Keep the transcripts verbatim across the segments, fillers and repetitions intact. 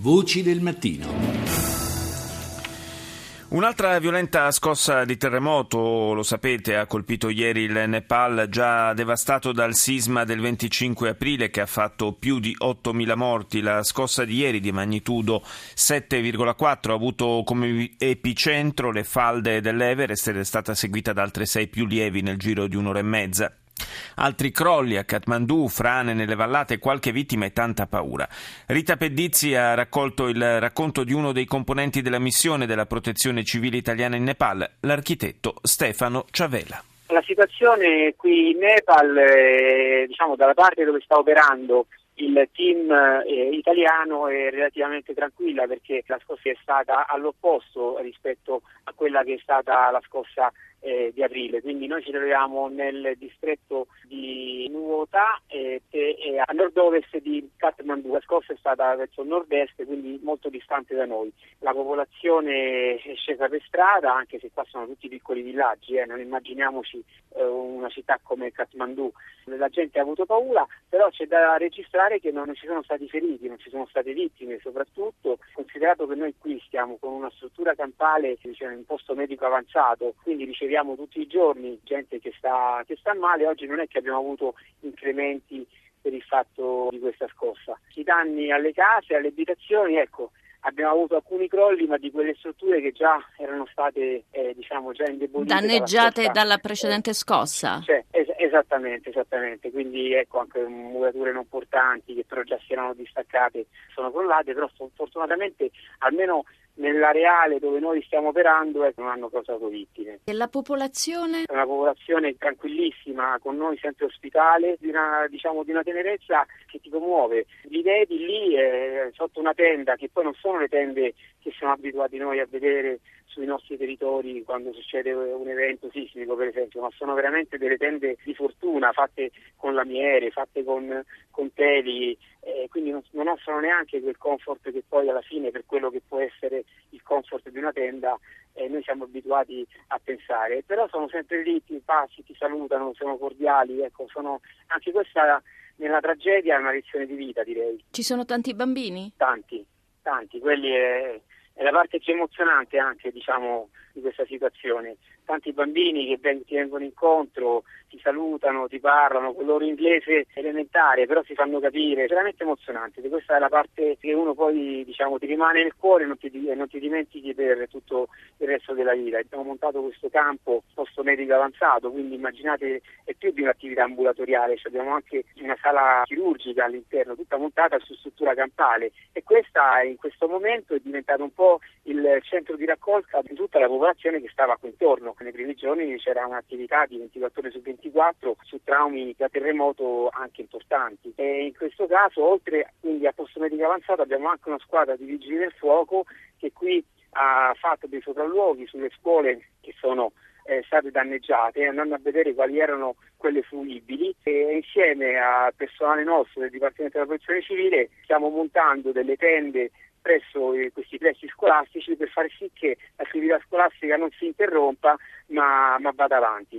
Voci del mattino. Un'altra violenta scossa di terremoto, lo sapete, ha colpito ieri il Nepal, già devastato dal sisma del venticinque aprile che ha fatto più di ottomila morti. La scossa di ieri, di magnitudo sette virgola quattro, ha avuto come epicentro le falde dell'Everest ed è stata seguita da altre sei più lievi nel giro di un'ora e mezza. Altri crolli a Kathmandu, frane nelle vallate, qualche vittima e tanta paura. Rita Pedizzi ha raccolto il racconto di uno dei componenti della missione della Protezione Civile Italiana in Nepal, l'architetto Stefano Ciavela. La situazione qui in Nepal, eh, diciamo dalla parte dove sta operando il team eh, italiano, è relativamente tranquilla, perché la scossa è stata all'opposto rispetto a quella che è stata la scossa eh, di aprile. Quindi noi ci troviamo nel distretto di Nuota e eh, eh, a nord-ovest di Kathmandu. La scossa è stata verso nord-est, quindi molto distante da noi. La popolazione è scesa per strada, anche se qua sono tutti piccoli villaggi, eh, non immaginiamoci eh, una città come Kathmandu. La gente ha avuto paura, però c'è da registrare che non ci sono stati feriti, non ci sono state vittime, soprattutto considerato che noi qui stiamo con una struttura campale, cioè un posto medico avanzato, quindi riceviamo tutti i giorni gente che sta, che sta male. Oggi non è che abbiamo avuto incrementi per il fatto di questa scossa. I danni alle case, alle abitazioni, ecco, abbiamo avuto alcuni crolli, ma di quelle strutture che già erano state eh, diciamo già indebolite, danneggiate dalla, dalla precedente scossa. Cioè, es- esattamente, esattamente. Quindi ecco, anche murature non portanti che però già si erano distaccate sono crollate, però fortunatamente almeno nell'areale dove noi stiamo operando ecco, non hanno causato vittime. E la popolazione? È una popolazione tranquillissima, con noi sempre ospitale, di una, diciamo, di una tenerezza che ti commuove. Li vedi lì eh, sotto una tenda, che poi non sono le tende che siamo abituati noi a vedere sui nostri territori quando succede un evento sismico, per esempio, ma sono veramente delle tende di fortuna, fatte con lamiere, fatte con, con teli, eh, quindi non, non offrono neanche quel comfort che poi alla fine, per quello che può essere il comfort di una tenda, eh, noi siamo abituati a pensare. Però sono sempre lì, ti passi, ti salutano, sono cordiali, ecco, sono anche questa nella tragedia è una lezione di vita, direi. Ci sono tanti bambini? Tanti, tanti, quelli è... È la parte più emozionante anche, diciamo, di questa situazione. Tanti bambini che ven- ti vengono incontro, ti salutano, ti parlano con il loro inglese elementare, però si fanno capire. È veramente emozionante. Questa è la parte che uno poi, diciamo, ti rimane nel cuore e non ti, non ti dimentichi per tutto il resto della vita. Abbiamo montato questo campo posto medico avanzato, quindi immaginate è più di un'attività ambulatoriale. Cioè abbiamo anche una sala chirurgica all'interno, tutta montata su struttura campale, e questa in questo momento è diventata un po' il centro di raccolta di tutta la popolazione che stava qui intorno. Nei primi giorni c'era un'attività di ventiquattro ore su ventiquattro su traumi da terremoto anche importanti, e in questo caso, oltre quindi a posto medico avanzato, abbiamo anche una squadra di vigili del fuoco che qui ha fatto dei sopralluoghi sulle scuole che sono eh, state danneggiate, andando a vedere quali erano quelle fruibili, e insieme al personale nostro del Dipartimento della Protezione Civile stiamo montando delle tende presso questi plessi scolastici per far sì che l'attività scolastica non si interrompa ma, ma vada avanti.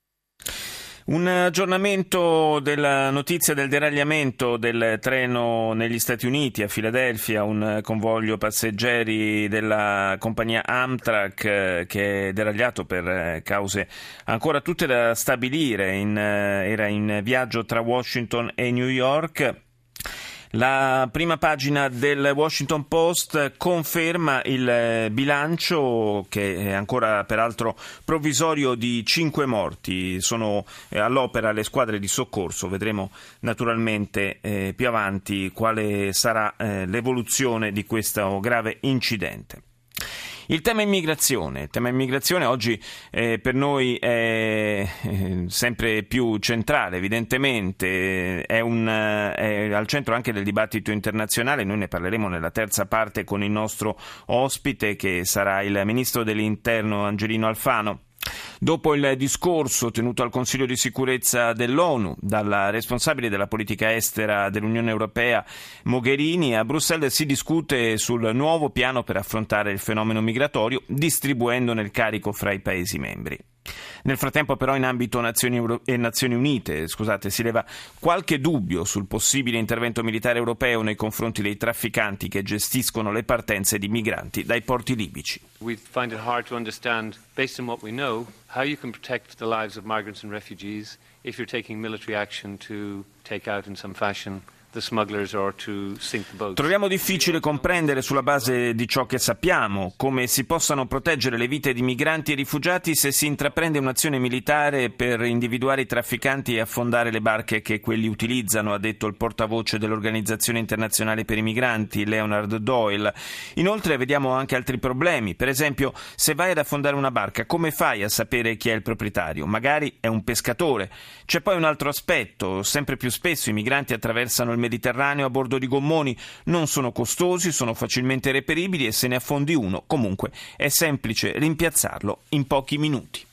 Un aggiornamento della notizia del deragliamento del treno negli Stati Uniti, a Filadelfia, un convoglio passeggeri della compagnia Amtrak che è deragliato per cause ancora tutte da stabilire. In, era in viaggio tra Washington e New York. La prima pagina del Washington Post conferma il bilancio, che è ancora peraltro provvisorio, di cinque morti. Sono all'opera le squadre di soccorso. Vedremo naturalmente eh, più avanti quale sarà eh, l'evoluzione di questo grave incidente. Il tema immigrazione, il tema immigrazione oggi eh, per noi è eh, sempre più centrale, evidentemente, è, un, è al centro anche del dibattito internazionale. Noi ne parleremo nella terza parte con il nostro ospite, che sarà il ministro dell'Interno Angelino Alfano. Dopo il discorso tenuto al Consiglio di sicurezza dell'ONU dalla responsabile della politica estera dell'Unione Europea Mogherini, a Bruxelles si discute sul nuovo piano per affrontare il fenomeno migratorio, distribuendone il carico fra i Paesi membri. Nel frattempo però in ambito Nazioni, Euro- e Nazioni Unite scusate, si leva qualche dubbio sul possibile intervento militare europeo nei confronti dei trafficanti che gestiscono le partenze di migranti dai porti libici. We find it hard to understand, based on what we know, how you can protect the lives of migrants and refugees if you're taking military action to take out in some fashion the smugglers or to sink the boats. Troviamo difficile comprendere, sulla base di ciò che sappiamo, come si possano proteggere le vite di migranti e rifugiati se si intraprende un'azione militare per individuare i trafficanti e affondare le barche che quelli utilizzano, ha detto il portavoce dell'Organizzazione Internazionale per i Migranti, Leonard Doyle. Inoltre vediamo anche altri problemi. Per esempio, se vai ad affondare una barca, come fai a sapere chi è il proprietario? Magari è un pescatore. C'è poi un altro aspetto. Sempre più spesso i migranti attraversano il Mediterraneo a bordo di gommoni, non sono costosi, sono facilmente reperibili e se ne affondi uno, comunque è semplice rimpiazzarlo in pochi minuti.